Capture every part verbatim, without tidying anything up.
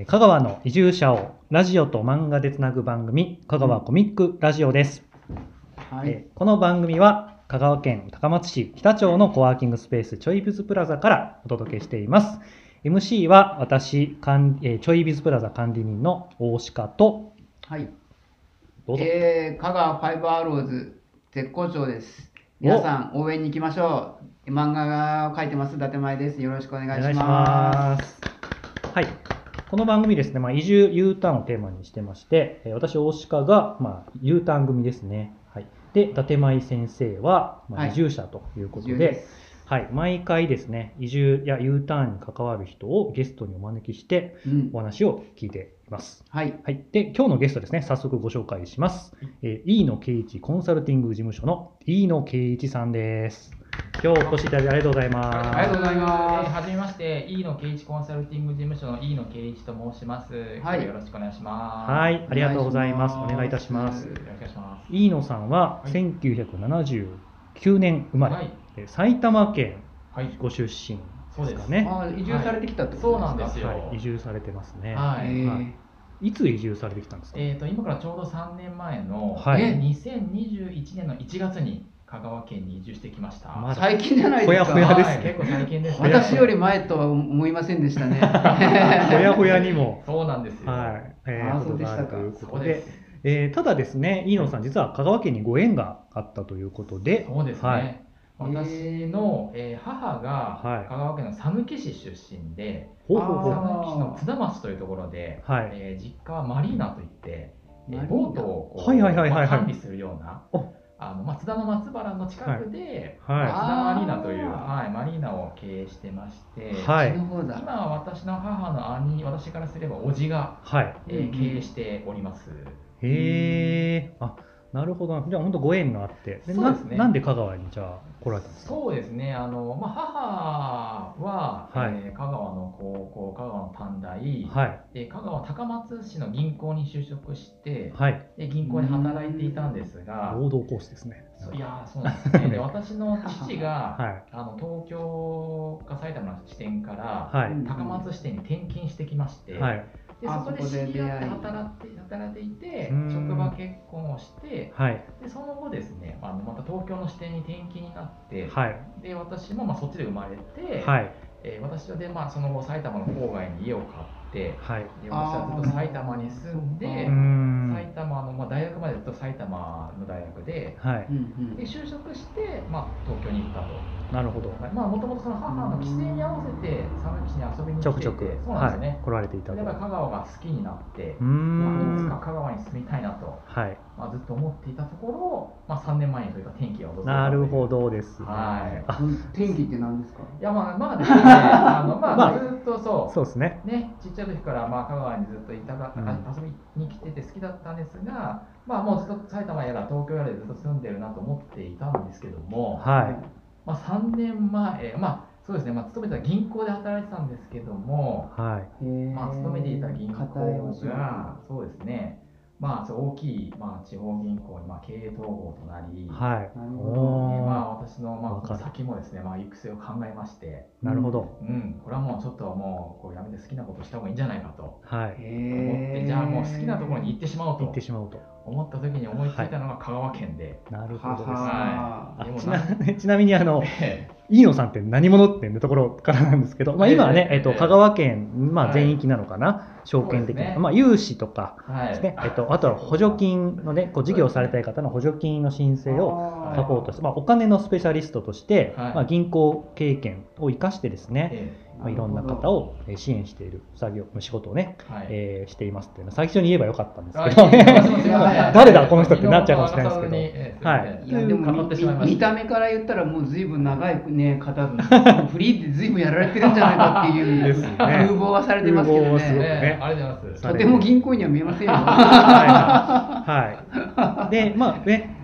えー香川の移住者をラジオと漫画でつなぐ番組、香川コミックラジオです。 はい。 えーこの番組は香川県高松市北町のコワーキングスペースちょいビズプラザからお届けしています。エムシー は私、管えーちょいビズプラザ管理人の大鹿と、 はい。 どうぞ。 えー、香川ファイブアローズ絶好調です。皆さん応援に行きましょう。漫画を描いてます伊達前です。よろしくお願いします。 はい。この番組ですね、まあ、移住 U ターンをテーマにしてまして、えー私、大鹿が、まあ、U ターン組ですね。はい。で、伊達舞先生は、まあ、 はい移住者ということで、 移住ですはい、毎回ですね、移住や U ターンに関わる人をゲストにお招きしてうんお話を聞いています。 はい。 はい、で今日のゲストですね、早速ご紹介します。えー、飯野圭一コンサルティング事務所の飯野圭一さんです。今日お越しいただいてありがとうございます。 ありがとうございます。 はじめまして、飯野圭一コンサルティング事務所の飯野圭一と申します。 はい今日よろしくお願いします。 はい、ありがとうございます。おお願いします願いいたします。 よろしくお願いします。 飯野さんははいせんきゅうひゃくななじゅうきゅうねん生まれ、 はいえー埼玉県はい、 ご出身そうですすでかね。 あー移住されてきたってことはいですか。 そうなんですよはい、移住されてますね。 はいへーはいいつ移住されてきたんですか。 えーと今からちょうどさんねんまえの、 はいえーにせんにじゅういちねんのいちがつに香川県に移住してきました。 まだ最近じゃないですか。 ほやほやですねはい、結構最近ですね。 私より前とは思いませんでしたね。 ほやほやにも、 そうなんですよ。 はい、えーあーことがあるというそことで、 うです。 えーただですね、飯野さん、実は香川県にご縁があったということで、 そうですね。 はい私の、えー母がはい香川県の讃岐市出身で、 ほうほうほうあー讃岐市の津田町というところで、 はいえー実家はマリーナといって、えマリーナーボートをこうはいはいはいはいはいまあ管理するようなおあの、まあ、津田の松原の近くで、 はい津田マリーナという、 あはい、マリーナを経営してまして、 はいなるほどだ。 今は私の母の兄、私からすれば叔父が、 はい、 えー経営しております。 へえ、あ、なるほど、じゃあ本当ご縁があって、でそうですねななんで香川にじゃあ来られたんですか。 そうですね、あのまあ、母は、 はいえー香川の高校、香川の短大、 はい、 で香川高松市の銀行に就職して、 はい、 で銀行で働いていたんですが、 労働コースですね。 そういやーそうなんですね。で私の父が、 はい、 あの東京か埼玉の支店から、 はい、 うん高松支店に転勤してきまして、 はい、 であそこで知そこで出会いり合って働いて働いていて、 うん職場結婚をして、 はい、 でその後ですね、あのまた東京の支店に転勤になって、 はい、 で私もまあそっちで生まれて、 はい、 えー私はで、まあ、その後埼玉の郊外に家を買って、 はい、 で私はずっと埼玉に住んでうー、ん、 埼玉の、まあ、大学までずっと埼玉の大学で、 はい、 うんうんで就職して、まあ、東京に行ったと。 なるほど。 はいまあ、もともとその母の帰省に合わせて讃岐市に遊びに来ていて、 ちょくちょく、 そうなんですよね。 はい、来られていたと。 でやっぱり香川が好きになって、 うーまあ、いつかん、 香川に住みたいなと、 はい、 まあ、ずっと思っていたところ、まあ、さんねんまえにそういった転機が訪れたというなるほどですね。 はいあ、 天気って何ですか。 いやまあまあですね、あのまあ、 まあずっとそう、 そうですね。 ね、ちっちゃい時からまあ香川にずっといたか、 うん遊びに来てて好きだったんですが、まあ、もうずっと埼玉やら東京やらでずっと住んでるなと思っていたんですけども、 はい、 まあ、さんねんまえ、まあそうですね、まあ、勤めてた銀行で働いてたんですけども、 はい、 まあ、勤めていた銀行固いお仕事が、そうですね、まあ、そう大きい、まあ、地方銀行にまあ経営統合となり、 はい。 なるほでおーまあ、私のまあわかる先もですね、まあ、育成を考えまして、 なるほど。 うん、これはもうちょっともうこうやめて好きなことをした方がいいんじゃないかとはい。 思って、じゃあもう好きなところに行ってしまおう行ってとしまうと。 思った時に思いついたのが香川県で、 なるほどです。 ははでもあちななちなみにあのえ飯野さんって何者っていうところからなんですけど、まあ、今はね、 えええっと、香川県、まあ、 はい全域なのかな、証券的な、 そうですねまあ、融資とかえはいですね、えっと、あとは補助金のね、こう事業されたい方の補助金の申請をあサポートして、まあ、お金のスペシャリストとして、 はいまあ、銀行経験を生かしてですね、 えまあ、いろんな方をえー支援している作業、仕事をね、 えはいえーしていますっていうのは最初に言えばよかったんですあけど、 いえいえすいません誰だこの人ってなっちゃうかもしれないですけど井上さんにええはいいやでも語ってしまいました見た目から言ったらもう随分長いね方でフリーって随分やられてるんじゃないかっていうですね風貌はされてますけど風貌はすごくね。 ええありがとうございます。 とても銀行には見えませんよ。 はいはいはい。で、まあね、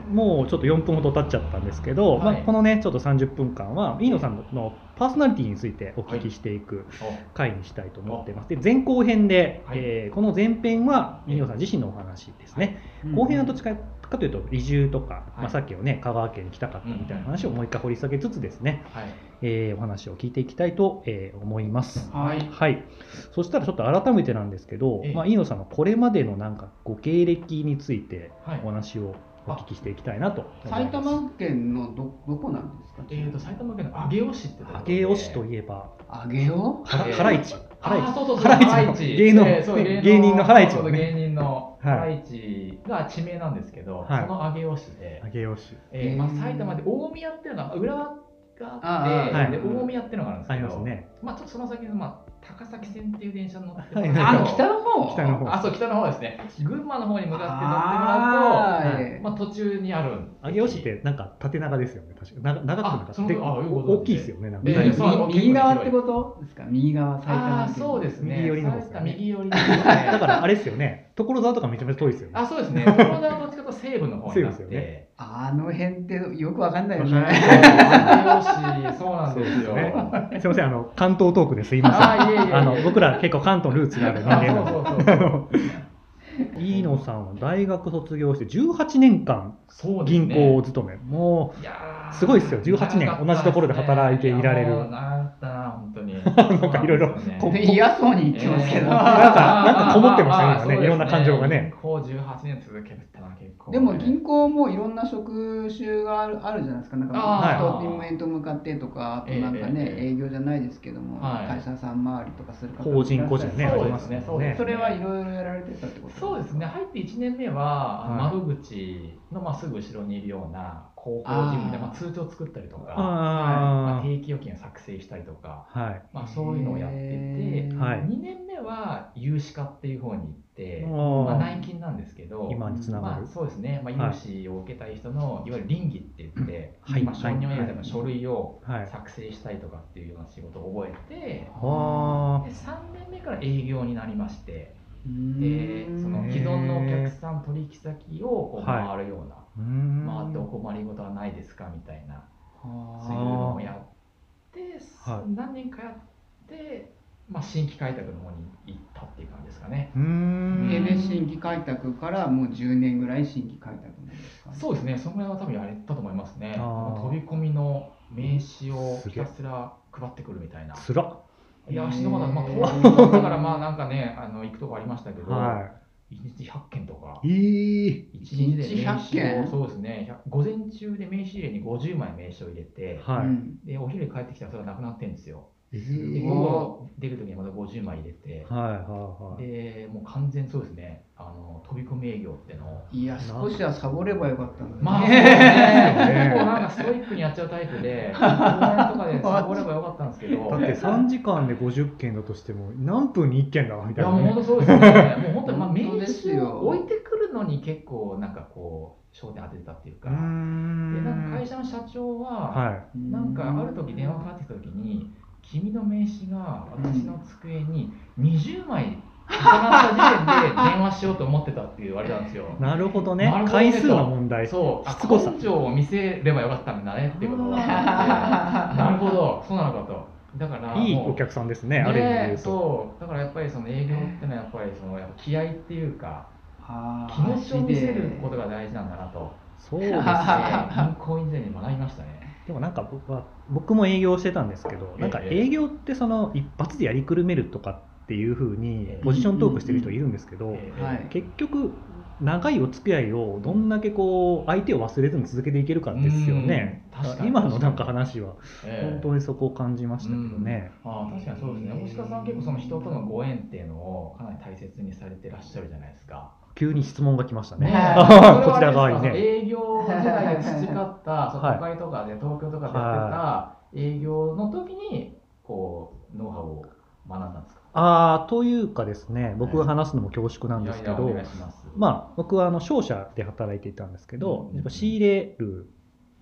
もうちょっとよんぷんほど経っちゃったんですけど、 はいまあ、このねちょっとさんじゅっぷんかんは飯野さんのパーソナリティについてお聞きしていく回にしたいと思っています。で前後編で、 はいえーこの前編は飯野さん自身のお話ですね、 うん後編はどっちかかというと移住とか、 はいまあ、さっきのね香川県に来たかったみたいな話をもう一回掘り下げつつですね、 はい。 えーお話を聞いていきたいと、えー思います。 はい。 はい、そしたらちょっと改めてなんですけど、 ええまあ、飯野さんのこれまでのなんかご経歴についてはいお話をお聞きしていきたいなと思います。 埼玉県のどどこなんですか？ えーと埼玉県の上尾市ってところで。 上尾市といえば上げよはえーハライチ、ハライチあーそうそうそう、 ハライチのハライチ芸能えーそう芸芸人のハライチのねそうそう芸人のはいハライチが地名なんですけど、 はいその上尾市で、 上尾市えーまあ、 へー埼玉で大宮っていうのが浦和がああって、 ーはいで大宮っていうのがあるんですあけど、 りますね。 まあ、ちょっとその先の、まあ、高崎線っていう電車に乗ってはいあの北の方。 北の方あ、そう、北の方ですね。群馬の方に向かって乗ってもらあーうと、 ええまあ、途中にある。 上尾市ってなんか縦長ですよね、確かな長くなんかあそのであよくご存知で大きいですよね、なんか、 ええそう右右側ってことですか？右側埼玉県。 あーそうですね。 右寄りの方ですよね右寄りですね。 だからあれですよね、所沢とかめちゃめちゃ遠いですよね。 あ、そうですね。所沢はどっちかというと西部の方になって。 西部ですよねあの辺ってよくわかんないよわかんないね。 上尾市、そうなんですよ。 ねすみません、あの関東トークですいません。 あーいえいえいえあの僕ら結構関東のルーツがある人あ間そうなそうそうそう。 ので、飯野さんは大学卒業してじゅうはちねんかんそうですね銀行勤め、もいやーすごいですよじゅうはちねん長かったですね同じところで働いていられるやもう長かったな、本当に。 なんかいろいろそうなんですよねこ嫌そうに言ってますけど。 えーなんかなんかこもってましたねあー今ねいろんな感情がね。 そうです銀行じゅうはちねん続けるってのは結構ね。 でも銀行もいろんな職種があるあるじゃないですか。なんかあー人に面と向かってとか、あとなんかね、 ええ営業じゃないですけども、 はい会社さん回りとかする方法人個人ねあそうですねりますね。 そうですねそれはいろいろやられてたってことそうですね、入っていちねんめは、あのはい窓口のまあすぐ後ろにいるような広報事務であーまあ通帳作ったりとか、 あーまあ、定期預金を作成したりとか、 はい。 まあ、そういうのをやってて、 はいにねんめは融資課っていう方に行って、 おーまあ、内勤なんですけど、 今につながるまあ、。そうですね、まあ、 はい融資を受けたい人の、い、わゆる倫理って言って、 はいまあ、承認を得るためはいの書類をはい。 作成したりとかっていうような仕事を覚えて、 あでさんねんめから営業になりまして、 うでーんその既存のお客さん取引先をこうはい回るような、 あ。うーん。 回ってお困りごとはないですかみたいな、 はそういうのをやって、 はい何年かやって、まあ、新規開拓の方に行ったっていう感じですかね。 うーん。 あ。で新規開拓からもうじゅうねんぐらい新規開拓なんですか？ そうですね、そのぐらいは多分やれたと思いますね。 あーもう飛び込みの名刺をすげえひたすら配ってくるみたいな。 つら。 いや、足のまだ、まあ、 へー東京だったから、まあなんかね、あの行くとこありましたけど、 はいちにちひゃっけんとか。 い。ええ。 いちにちで名ひゃっけん刺を、そうですね、ひゃ午前中で名刺入れにごじゅうまい名刺を入れて、 はい。 うんで、お昼に帰ってきたらそれがなくなってるんですよ。 えで、 ー午後出るときにまたごじゅうまい入れて、 はいはいはい。 で、もう完全そうですね、あの飛び込み営業っていうのを。 いや少しはサボればよかったんだね。 まあ、そうですね、 ね結構なんかストイックにやっちゃうタイプで、公園とかでサボればよかったんですけど、 だってさんじかんでごじゅっけんだとしても何分にいっけんだみいやたいなね。 もう本当そうですよね。もう本当にまあ名本当です刺よを置いてくるのに結構なんかこう焦点当ててたっていうか。 うーん。 でなんか会社の社長は、 はなんかある時電話かかってきた時に君の名刺が私の机ににじゅうまい重なった時点で電話しようと思ってたって言われたんですよ。 い。なるほどねなる。ほどね回数の問題。 そう、あしつこさ根性を見せればよかったんだねっていうことが分かって、なるほど、そうなのかと。だからいいもうお客さんですね、ある意味で言ねうと。 そう、だからやっぱりその営業ってのはやっぱりそのやっぱ気合っていうか、 あー気持ちを見せることが大事なんだなと、 そうですね。 銀行員時代に学びましたね。 でもなんか僕は僕も営業してたんですけど、なんかええ営業ってその一発でやりくるめるとかっていう風にええポジショントークしてる人いるんですけど、 ええはい結局長いお付き合いをどんだけこう相手を忘れずに続けていけるかですよね。 うん確かに今のなんか話はええ本当にそこを感じましたけどね。 ああ確かにそうですね。大鹿さん結構その人とのご縁っていうのをかなり大切にされてらっしゃるじゃないですか。 急に質問が来ましたね。 ねこちら側にね。 営業時代で培った、そうはい都会とかで東京とかでやってた営業の時にこうノウハウを学んだんですか。 ああというかですね、僕が話すのも恐縮なんですけどいやいやお願い、します。 まあ僕はあの商社で働いていたんですけど、 うんやっぱ仕入れる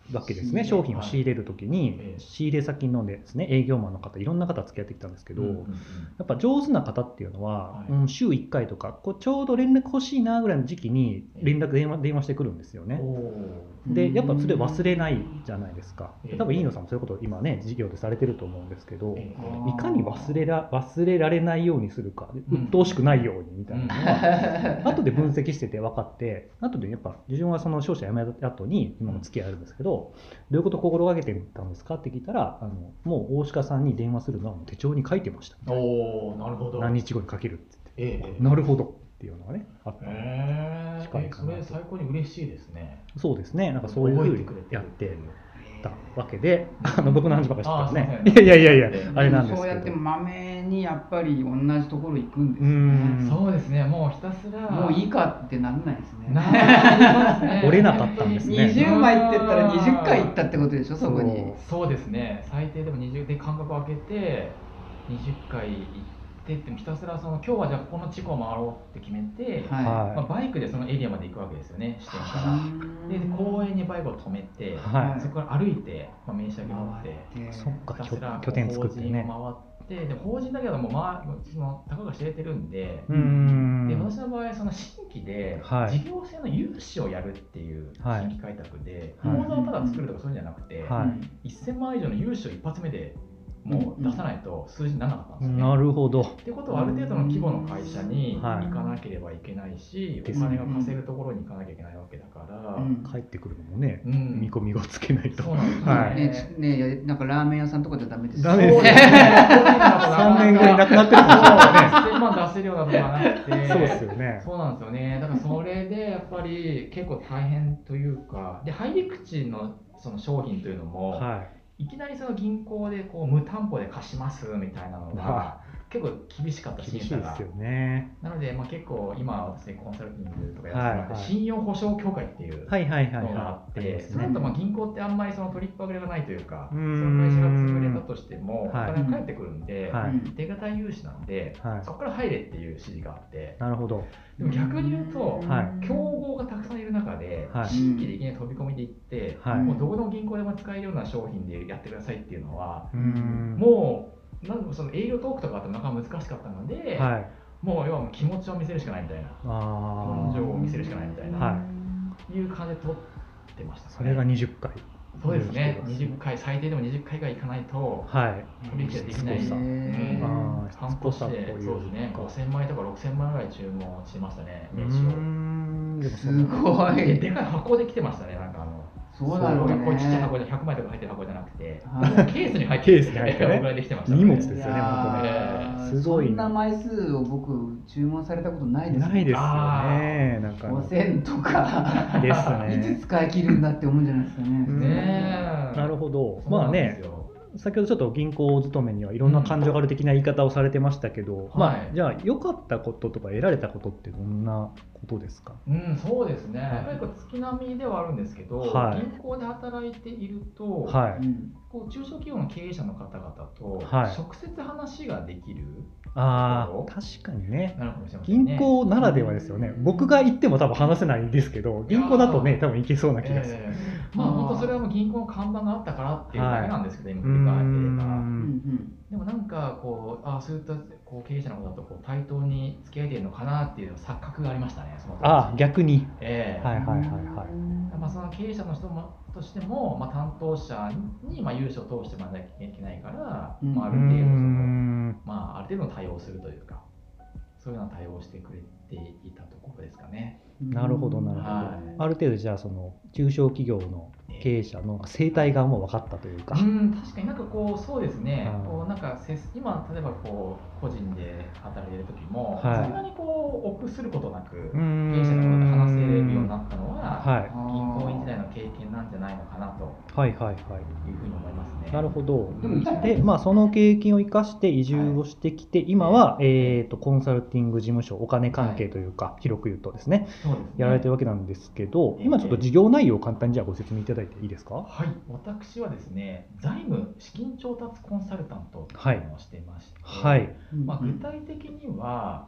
わけですね。 仕入れ商品を仕入れるときに、 はい仕入れ先のですね、営業マンの方いろんな方付き合ってきたんですけど、 うんうんうんやっぱ上手な方っていうのは、 はいうん、週いっかいとかこうちょうど連絡欲しいなぐらいの時期に連絡電話電話してくるんですよね。 おでやっぱそれ忘れないじゃないですか。 ええ多分飯野さんもそういうことを今ね事業でされてると思うんですけど、 ええいかに忘れら忘れられないようにするか、 うん鬱陶しくないようにみたいなのは、後で分析してて分かって、後でやっぱ自分はその商社辞めた後に今も付き合いあるんですけど、どういうことを心がけてたんですかって聞いたら、あのもう大鹿さんに電話するのはもう手帳に書いてました。 おー、なるほど。 何日後にかけるって言って、 ええええなるほどっていうのがねあった。 へー近いかなとえそれ最高に嬉しいですね。 そうですね、なんかそういうふうに覚えてくれてるやってたわけで、あの僕の話ばっかりしてますね。 あーすいませんいやいやいやいや、あれでなんですけど。 もそうやってまめにやっぱり同じところ行くんですうよんね。 そうですね、もうひたすら。 もういいかってなんないですね。 なりますね折れなかったんですねにじゅうまいって言ったらにじゅっかい行ったってことでしょ、そこに。 そうですね、最低でもにじゅうで間隔を空けてにじゅっかい行ってってひたすらその今日はじゃあここの地区を回ろうって決めて、 はいまあ、バイクでそのエリアまで行くわけですよね、支店から。でで公園にバイクを止めて、 はいそこから歩いて、まあ、名刺だけ持って回ってそっか、 ひたすら拠点作ってね。 法人を回ってで法人だけども、まあ、そのたかが知れてるんで、 うーんで私の場合その新規ではい事業性の融資をやるっていうはい新規開拓で、 はい口座をただ作るとかそういうんじゃなくて、 はいせんまん以上の融資を一発目でもう出さないと数字にならなかったんですよね。 なるほど。 ってことはある程度の規模の会社にはい行かなければいけないし、 ですお金が稼げるところに行かなきゃいけないわけだから、 うん帰ってくるのもね、 うん見込みをつけないと。 そうなんですよはいねねなんかラーメン屋さんとかじゃダメですダメですねさんねんごになくなってるかもしれないせんまん出せるようなとこがなくて、 そうですよね。 そうなんですよね。だからそれでやっぱり結構大変というか、で入り口のその商品というのも、 はいきなりその銀行でこう無担保で貸しますみたいなのがは結構厳しかったい。 審厳しい査がですよね。 なので、まあ、結構今私コンサルティングとかやってもらって、 はいはい信用保証協会っていうはいはいはいのがあはって、 い。ありますねその後まあ銀行ってあんまりその取りっぱぐれがないというか、 うそーんの会社が潰れたとしてもおはい金が返ってくるんで、 はいうん手堅い融資なんで、 はいそこから入れっていう指示があって、 なるほど。 でも逆に言うと、 はい競合がたくさんいる中で、 はい新規でいきなり飛び込みで行って、 はいもうどこの銀行でも使えるような商品でやってくださいっていうのは、 うーん。 もうなんかその営業トークとかあってもなかなか難しかったので、 はい。 もう要はもう気持ちを見せるしかないみたいな、 あ根性を見せるしかないみたいな、 あ。はい。 いう感じで取ってましたね。 それがにじゅっかい。 そうですね、 うんにじゅっかい、最低でもにじゅっかいが行かないと、 はい。 取引ができない。 しつこさうんあー半年しつこさとで、 いうかそうですね、ごせんまん円とかろくせんまんぐらい注文しましたね、 うー名刺を。 ん。でもそすのごい。 ででかい箱で来てましたね、なんかあの。 そうだろうね。 こういうちっちゃい箱でひゃくまいとか入ってる箱じゃなくて、 はいケースに入ってケースに入ってねこれぐらいできてましたね。 荷物ですよねいやー本当ねすごいなそんな枚数を僕注文されたことないですないですよあね。なんか。 ごせんとかですねいつ使い切るんだって思うんじゃないですかね。 うんねえなるほど。 そうなんでまあねす、よ先ほどちょっと銀行勤めにはいろんな感情がある的な言い方をされてましたけど、まあはいじゃあ良かったこととか得られたことってどんなことですか？ うん、そうですね、 はいやっぱりこう月並みではあるんですけど、 はい銀行で働いていると、 はい。 うんこう中小企業の経営者の方々とはい直接話ができるあとこあ、確かにね。 なのかもしれませんね。 銀行ならではですよね。僕が行っても多分話せないんですけど、銀行だとね、多分行けそうな気がする。 ええまあ本当それはもう銀行の看板があったからっていうだけなんですけど、 うー今振り返ってれば。 うんん。 でもなんかこう、あそういったこう経営者の方とこう対等に付き合えているのかなっていう錯覚がありましたね、その当時ああ、逆に。 ええはいはいはいはい。 まあ、その経営者の人もとしても、まあ、担当者にまあ融資を通してもらわなきゃいけないから、 うんまあ、あうーる程度その、 ん。 まあ、ある程度の対応をするというか、そういうような対応をしてくれていたところですかね。 なるほどなるほど。 はいある程度じゃあその中小企業の経営者の生態がもう分かったというか。 うん、確かになんかこう、そうですね、 はいこうなんかせ今、例えばこう個人で働いている時も、 はいそんなにこう臆することなく、 う経ーん営者の方と話せるようになったのは、 はい銀行員時代の経験なんじゃないのかなとはいはいはい。 いうふうに思いますね。 なるほど。 でもで、まあ、その経験を生かして移住をしてきて、今は、えー、とコンサルティング事務所、お金関係というか、広く言うとですね、 そうですねやられてるわけなんですけど、 ええ今ちょっと事業内容を簡単にじゃあご説明いただいていいですか？ はい、私はですね、財務資金調達コンサルタントというのをしてまして、 はい。 まあ、具体的には、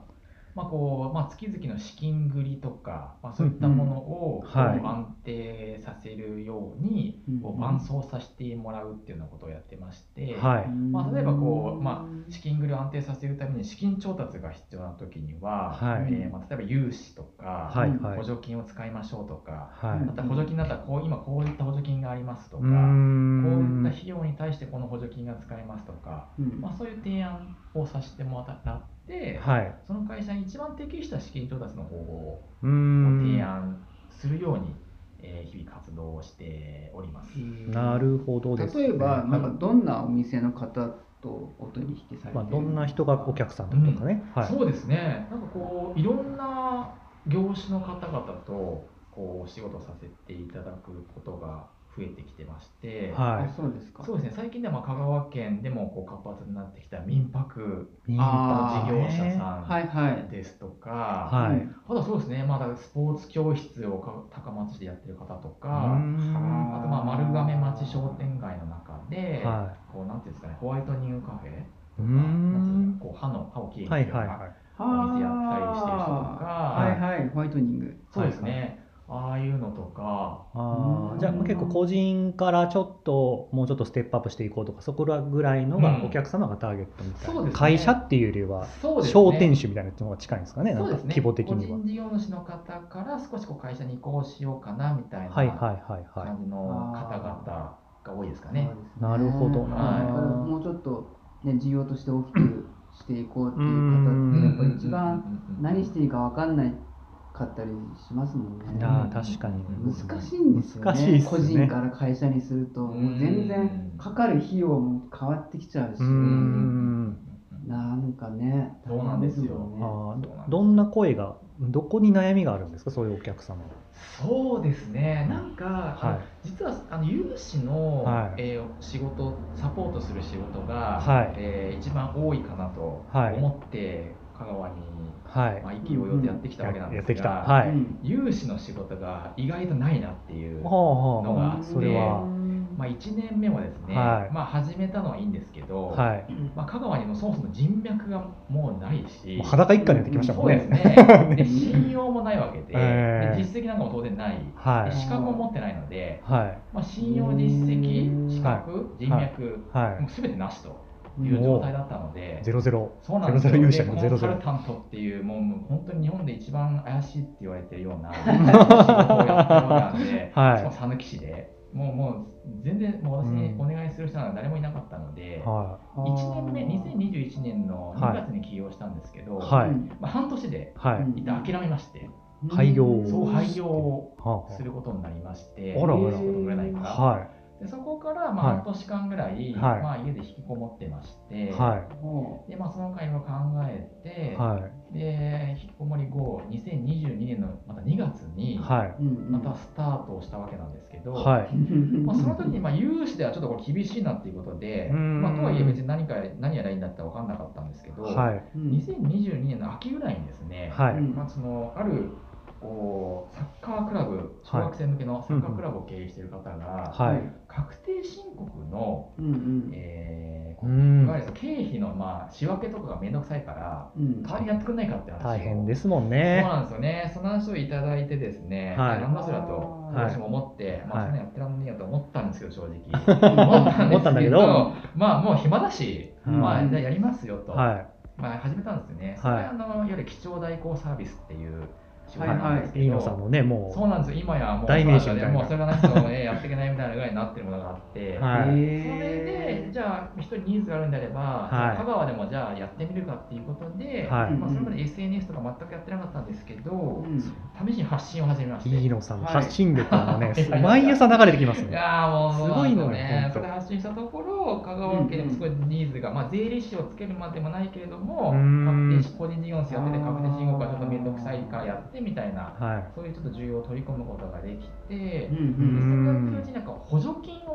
まあこうまあ、月々の資金繰りとか、まあ、そういったものをこうはい安定させるようにうんこう伴走させてもらうっていうようなことをやってまして、 はいまあ、例えばこう、まあ、資金繰りを安定させるために資金調達が必要な時には、 はいえーまあ、例えば融資とか、 はいはい補助金を使いましょうとか、 はいまた補助金だったらこう今こういった補助金がありますとか、 うーこうんいった費用に対してこの補助金が使えますとか、 うんまあ、そういう提案をさせてもらって、 はいその会社に一番適した資金調達の方法をうーん提案するように、えー日々活動をしております。 なるほどですね。 例えば、 はいなんかどんなお店の方とお取引されてるんですか？ まあ、どんな人がお客さんだとかね。はい。 そうですね、なんかこういろんな業種の方々とこうお仕事させていただくことが増えてきてまして、 はあ、そうですか。 そうですね、最近ではまあ香川県でもこう活発になってきた民泊い。 あー事業者さはいはいんですとか、 はい。 うんあとはそうですね、まだスポーツ教室をか高松市でやってる方とか、 うーんあとまあ丸亀町商店街の中で、 はこうなんていうんですかね、ホワイトニングカフェとか、 うーんなんていうんですか、こう歯の歯をきれいい。はいにするようなはいはい。 お店やったりしてる人とか、 はいはい、ホワイトニング。 そうですね、ああいうのとか、 あうんーじゃあまあ結構個人からちょっともうちょっとステップアップしていこうとかそこらぐらいのうんがお客様がターゲットみたいな、 そうですね会社っていうよりはそうですね商店主みたいなのが近いんですかね、なんかそうですね、 規模的には。 個人事業主の方から少しこう会社に移行しようかなみたいなはいはいはいは感じの方々が多いですかね。 そうですねなるほどだはいからもうちょっと、ね、事業として大きくしていこうっていう方ってやっぱり一番何していいか分かんないかったりしますもんね。 い。あー確かに難しいんですよね。 難しいっすね個人から会社にすると、もう全然かかる費用も変わってきちゃうし、 うーんなんかね、 そうなんですよ大変あもんね。 ーどどんな声がどこに悩みがあるんですか、そういうお客様は。 そうですね、なんか、 はい実はあの融資の、 はいえー仕事、サポートする仕事が、 はいえー一番多いかなとはい思って、香川に、 はいまあ、意気揚々とやってきたわけなんですが、 やってきた。はい。 うん融資の仕事が意外とないなっていうほうほうほのがあって、 うそれは。 まあ、いちねんめはですね、 はいまあ、始めたのはいいんですけど、 はい。 まあ、香川にもそもそも人脈がもうないし、 もう裸一貫でやってきましたもんそうですね。 ねで信用もないわけで、 えーで実績なんかも当然ない、 はいで資格も持ってないので、 はい。 まあ、信用実績、資格、人脈、 はいもう全てなしという状態だったので、 ゼロゼロ。 そうなんですよ。 ゼロゼロ勇者でのゼロゼロコンサル。タントっていう、もうもう本当に日本で一番怪しいって言われてるような仕事をやってるようなんで、 はいしかも讃岐市で、もうもう全然もう私にうんお願いする人なんか誰もいなかったので、 はいちねんめ、にせんにじゅういちねんのにがつに起業したんですけど、 はいまあ、半年ではい。 うん一旦諦めまして、 廃業そう廃業をはあすることになりまして、 あらあら仕事売れないから。 はでそこからまあはい半年間ぐらい、 はいまあ、家で引きこもってまして、 い。はほでまあ、その間いろいろ考えて、 い。はい。 で引きこもり後、にせんにじゅうにねんのまたにがつに、 はう。うんまたスタートをしたわけなんですけど、 い。はい。 まあ、その時にまあ融資ではちょっとこれ厳しいなっていうことで、 うんまあ、とはいえ別に何か何やらいいんだって分かんなかったんですけど、 はい。 うんにせんにじゅうにねんの秋ぐらいにですね、 はい。 うんまあ、そのあるこうサッカークラブ、小学生向けのサッカークラブを経営している方が、 はい。 確定申告の、 うんうんえーうんいわゆるその経費のまあ仕分けとかがめんどくさいから、 うん代わりにやってくれないかって話を大変ですもんそうね。 なんですよね。その話をいただいてですね、 はいなんだそれだとはい私も思って、まあ、 はいそんなやってらんねえやと思ったんですけど、正直。思ったん思ったんだけどまあもう暇だし、 うんまあじゃあやりますよと、 はまあ始めたんですよね。それはあのいわゆる基調代行サービスっていう仕事なんですい。 けど、 飯野さんのね、もそうなんですよ。今やもう代名詞みたいなもうそれがないと、ね、やっていけないみたいなぐらいになってるものがあって、 はいそれへで、じゃあ、一人ニーズがあるんであれば、 はいじゃあ香川でもじゃあやってみるかっていうことで、 はいまあ、それまで エスエヌエス とか全くやってなかったんですけど、 うん試しに発信を始めまう、 して。 飯野さんのはい発信力がね、 はい毎朝流れてきますいね。 やーもうすごいのよそうなんですねほんとそれで発信したところ、香川県でもすごいニーズが、まあ、税理士をつけるまでもないけれども、 うーん確定個人事業主やってて、確定申告はちょっと面倒くさいからやってみたいな、 はい。 そういうちょっと需要を取り込むことができて、でうんうそれをやんってるうちになんか補助金を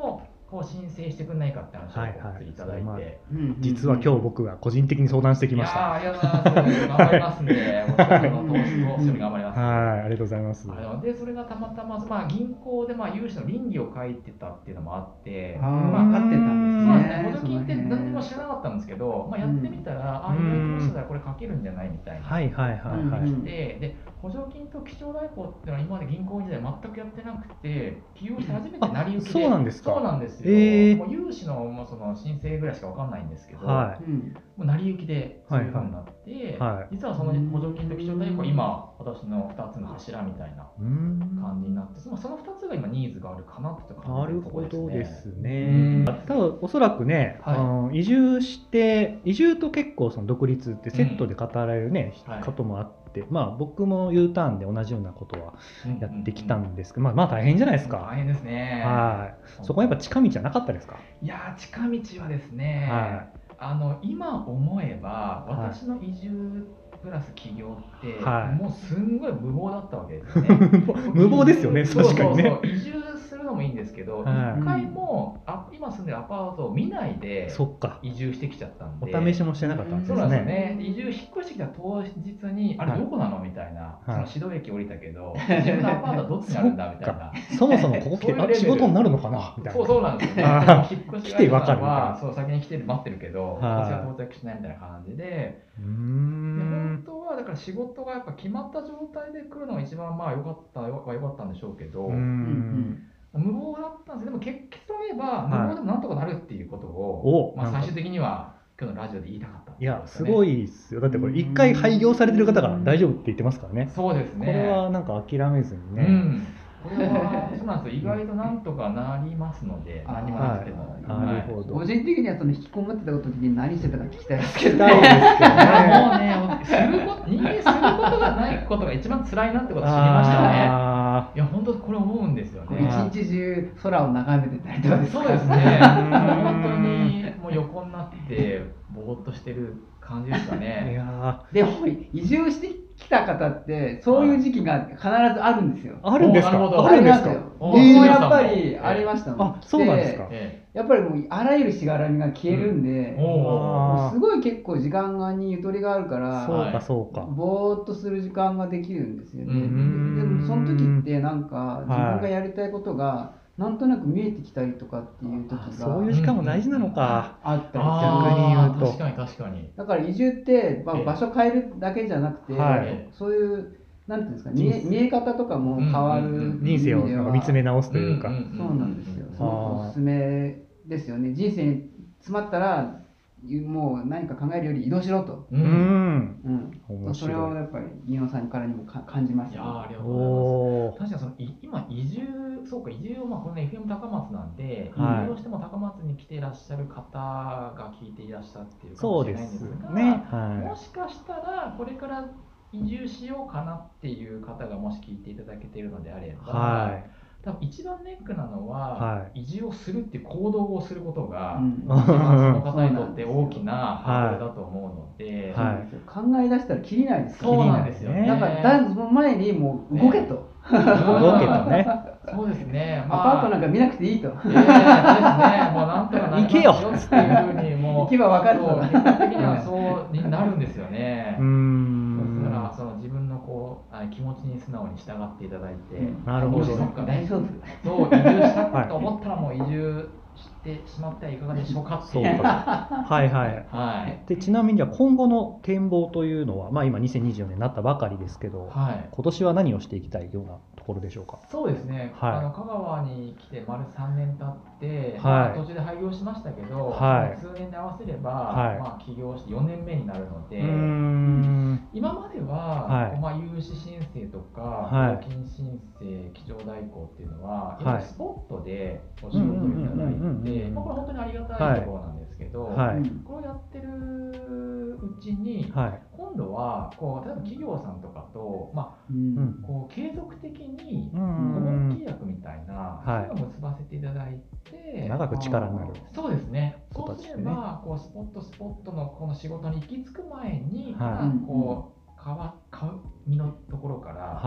こう申請してくんないかって話をはいはいいただいて、 まあうん実は今日僕が個人的に相談してきました。 いやーありがとうございます。頑張りますんで、もうその投資をするように頑張ります。 はい、ありがとうございます。 あのでそれがたまたま、まあ、銀行でまあ融資の倫理を書いてたっていうのもあって、 ああ、 まあ分かってたんまあですね。 補助金ってその辺何も知らなかったんですけど、まあ、やってみたら、ああ、意外ともしかしたらこれ書けるんじゃないみたいな。 はいはいはいはい。 うんでで補助金と基調代行っていうのは今まで銀行時代全くやってなくて、起業して初めて成り行きで、 そうなんですか。 そうなんですよ。 えーもう融資の、まあ、その申請ぐらいしか分かんないんですけど、 はうんもう成り行きでそういうふうになって、 はい実はその補助金と基調代行は今私のふたつの柱みたいなうーん。 感じになって、そのそのふたつが今ニーズがあるかなって感なるじるとこほろですね。 どですうねん。 多分おそらくね、 はいあの移住して移住と結構その独立ってセットで語られるね、 はいこともあって、まあ僕も U ターンで同じようなことはやってきたでんですけど、まあまあ大変じゃないですか。 大変ですね。 はい。そこはやっぱ近道はなかったですか。 いやー近道はですね、 はあの今思えばはい私の移住プラス起業って、 はいもうすんごい無謀だったわけですよね。 無謀ですよねそう確かにねそうそう移住するのもいいんですけど、一、 はい回もあ今住んでるアパートを見ないでそっか。 移住してきちゃったんおで。 試しもしてなかったんですそうなんですよね。 ね。移住引っ越してきた当日に、あれはいどこなのみたいな、 はいその指導駅降りたけど、自分のアパートはどっちにあるんだみたいな。 そもそもここ来てそういうレベルあ仕事になるのかなみたいな。 そうそうなんですよね。 あー引っ越し来て分かるみたいはなそう先に来てる待ってるけど、 はい私は到着しないみたいな感じで、 うーでん本。当はだから仕事がやっぱ決まった状態で来るのが一番まあ良かったは良かったんでしょうけど、 うーん。 無謀だったんですけど、でも結結論言えばい無謀でもなんとかなるっていうことを、まあ、 おなんか最終的には今日のラジオで言いたかったんいや、 ですよね。 すごいですよ。だってこれ、一回廃業されてる方が大丈夫って言ってますからね。 そうですね。 これはなんか諦めずにね。 うん。これはそうなんですよ。意外となんとかなりますので、何もなくても。 はいなるほど個人的にはその引きこもってた時に何してたか聞きたいですけど。 聞きたいですけどね。 もうね、すること人間することがないことが一番辛いなってことを知りましたね。 あいや、本当これ思うんですよね。 一日中空を眺めてたりとかですか。 そうですね。本当にもう横になってぼーっとしてる感じですかーいね。 やでも移住してきた方ってそういう時期が必ずあるんですよ。 ーあるんですか。 おなるほどあるんですか。 ありますよお僕もーやっぱりありましたもん。 あ、そうなんですか。 えやっぱりもうあらゆるしがらみが消えるんで、 えおあーすごい結構時間にゆとりがあるから、 そうかそうか。 ぼーっとする時間ができるんですよね。 うんででもその時ってなんかはい自分がやりたいことがなんとなく見えてきたりとかっていう時あがそういう時間も大事なのか。 あったりする。 あ逆に言うとー確かに確かに。 だから移住って、まあ、 ええ場所変えるだけじゃなくて、 はいそういうなんていうんですか見え人生見え方とかも変わるうんうんうん人生をなんか見つめ直すというか。 うんうんそうなんですよ。すごくあーおすすめですよね。人生に詰まったらもう何か考えるより移動しろと。 う。 うんん。 うん、 面それを白い。 やっぱり飯野さんからにもか感じますいよやーありがとうごおお。 ざいます。確かにそのい今移住、そうか移住をまあこれね エフエム 高松なんで、 はい移住をしても高松に来ていらっしゃる方が聞いていらっしゃっているかそうでもしれないんですすが、 ね。 もはしかしたらこれから移住しようかなっていう方がもし聞いていただけているのであれい。 ば、 はい。 多分一番ネックなのは、 は移住をするっていう行動をすることが、 うん一番その方にとって大きなハードルだと思うので、 はいそうなんですよ考え出したらきりないですからそうなんですよね。 だからだその前にもう動けと、 動けたね。 そうですね。 アパートなんか見なくていいと、 ええですね。もうなんとかなりますよ行けよっていうふうにもう行けばわかるとそう結果的にはそうになるんですよね。 うーん。 だからその自分のこうあ気持ちに素直に従っていただいて、 なるほどもしそっか大丈夫そう移住したと思ったらもう移住してしまってはいかがでしょうかっていう。 そうか。はいはい。 はい。 でちなみにじゃあ今後の展望というのは、まあ、今にせんにじゅうよねんになったばかりですけど、 はい。 今年は何をしていきたいようなところでしょうか。 そうですね、 はいあの香川に来て丸さんねん経って、 はいまあ、途中で廃業しましたけど、 はいその数年で合わせれば、 はいまあ、起業してよねんめになるので、 うーん。 今までは、 はいこうまあ、融資申請とか、 はい公金申請、基調代行っていうのは、 はいいわゆるスポットでお仕事をいただうんうんうんうんうんいて、 うんまあこれ本当にありがたいところなんですけど、 はいうんこれをやってるうちに、 はい。 今度はこう例えば企業さんとかと、まうんうんあ、こう継続的にう顧ん問契約みたいな、 はいそういうのを結ばせていただいて、 長く力になる。 そうですね。そうす子たちってねれば、こうスポットスポットのこの仕事に行き着く前に、 はいまあこう川川身のところからは入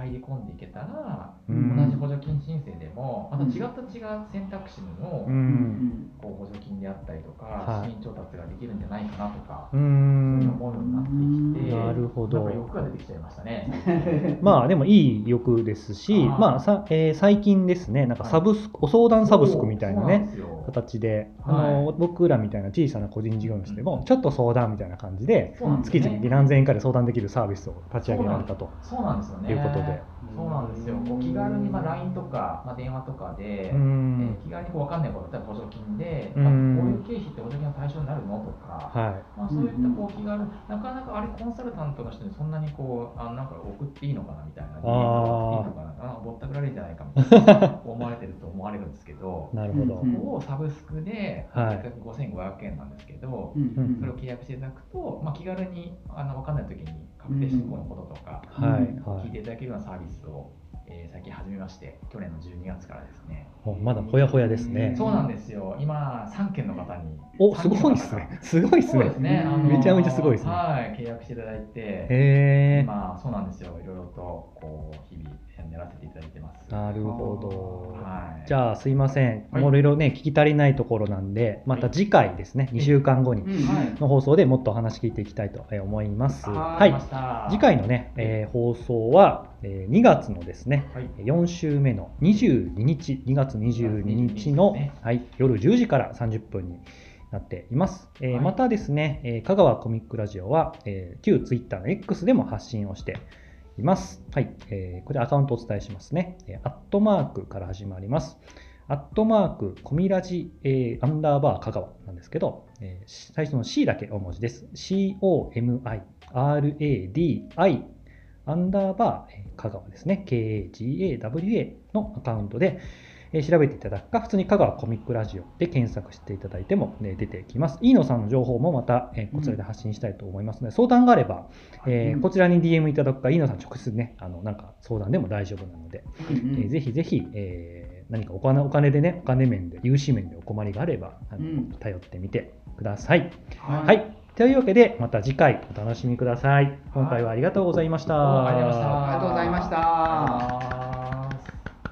入り込んでいけたら、 うん同じ補助金申請でもまた違った違う選択肢の、 うんこう補助金であったりとか、 はい資金調達ができるんじゃないかなとか、 うそういうふうにん思うようになってきて、 なるほどなんか欲が出てきちゃいましたね。 まあでもいい欲ですし、 あーまあさえー最近ですね、なんかサブスク、お相談サブスクみたいなね、形で、あのはい僕らみたいな小さな個人事業主でも、ちょっと相談みたいな感じで、 そうなんですね月々何千円かで相談できるサービスを立ち上げられたとそうなんですよね。 いうことで。 そうなんですよ。こう気軽にまあ ライン とか、まあ、電話とかで、 うえんー気軽にこう分かんないことだったら補助金で、 うんまあ、こういう経費って補助金の対象になるのとか、 はまあ、そういったこう気軽、なかなかあれコンサルタントの人にそんなにこうあなんか送っていいのかなみたいな、 あーディーエム 送っていいのかな、あぼったくられるんじゃないかみたいな思われてると思われるんですけど、 い、なるほど。 うんここをサブスクではい月額ごせんごひゃくえんなんですけど、 うんそれを契約していただくと、まあ、気軽にあの分かんない時に確定申告のこととか、 はい、はい。 聞いていただけるようなサービスを、えー最近始めまして、去年のじゅうにがつからですね。 おまだほやほやですね。 そうなんですよ。今、さんけんの方に。 お、すごいですね。すごいですねそうです。ね。あのめちゃめちゃすごいですねはい、契約していただいて、 へえ。 今、そうなんですよ。いろいろと、こう、日々、やらせていただいてます。 なるほど。 はい。 じゃあすいません、 はいもういろいろね聞き足りないところなんで、また次回ですね、にしゅうかんごにうんはい。 の放送でもっとお話聞いていきたいとえー思います。 は。 はいいわかりました次回のね、えー放送は、えーにがつのですね、 はい。 よん週目のにじゅうににち、にがつにじゅうににちの、 にがつにじゅうににちですねはい、夜じゅうじからさんじゅっぷんになっています。えーはいまたですね、えー香川コミックラジオは、えー旧 Twitter の X でも発信をしています。はい、えーこれアカウントをお伝えしますね。えーアットマークから始まります。アットマークコミラジ、えーアンダーバー香川なんですけど、えー最初の C だけ大文字です。シーオーエムアイアールエーディーアイアンダーバーえー香川ですね。ケーエージーエーダブリューエー のアカウントで、えー調べていただくか、普通に香川コミックラジオで検索していただいても、ね、出てきます。飯野さんの情報もまた、えーこちらで発信したいと思いますので、相談があれば、えーうんこちらに ディーエム いただくか、飯野さん直接ね、あのなんか相談でも大丈夫なので、 うんえーぜひぜひ、えー何かお金お金でね、お金面で、融資面でお困りがあれば、あのうん頼ってみてください。 ははいい。というわけで、また次回お楽しみください。今回はありがとうございました。 どうもありがとうございました。 ありがとうございましたありがとうございます。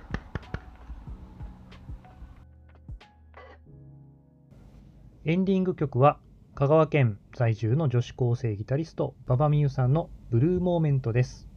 エンディング曲は香川県在住の女子高生ギタリスト馬場美優さんのブルーモーメントです。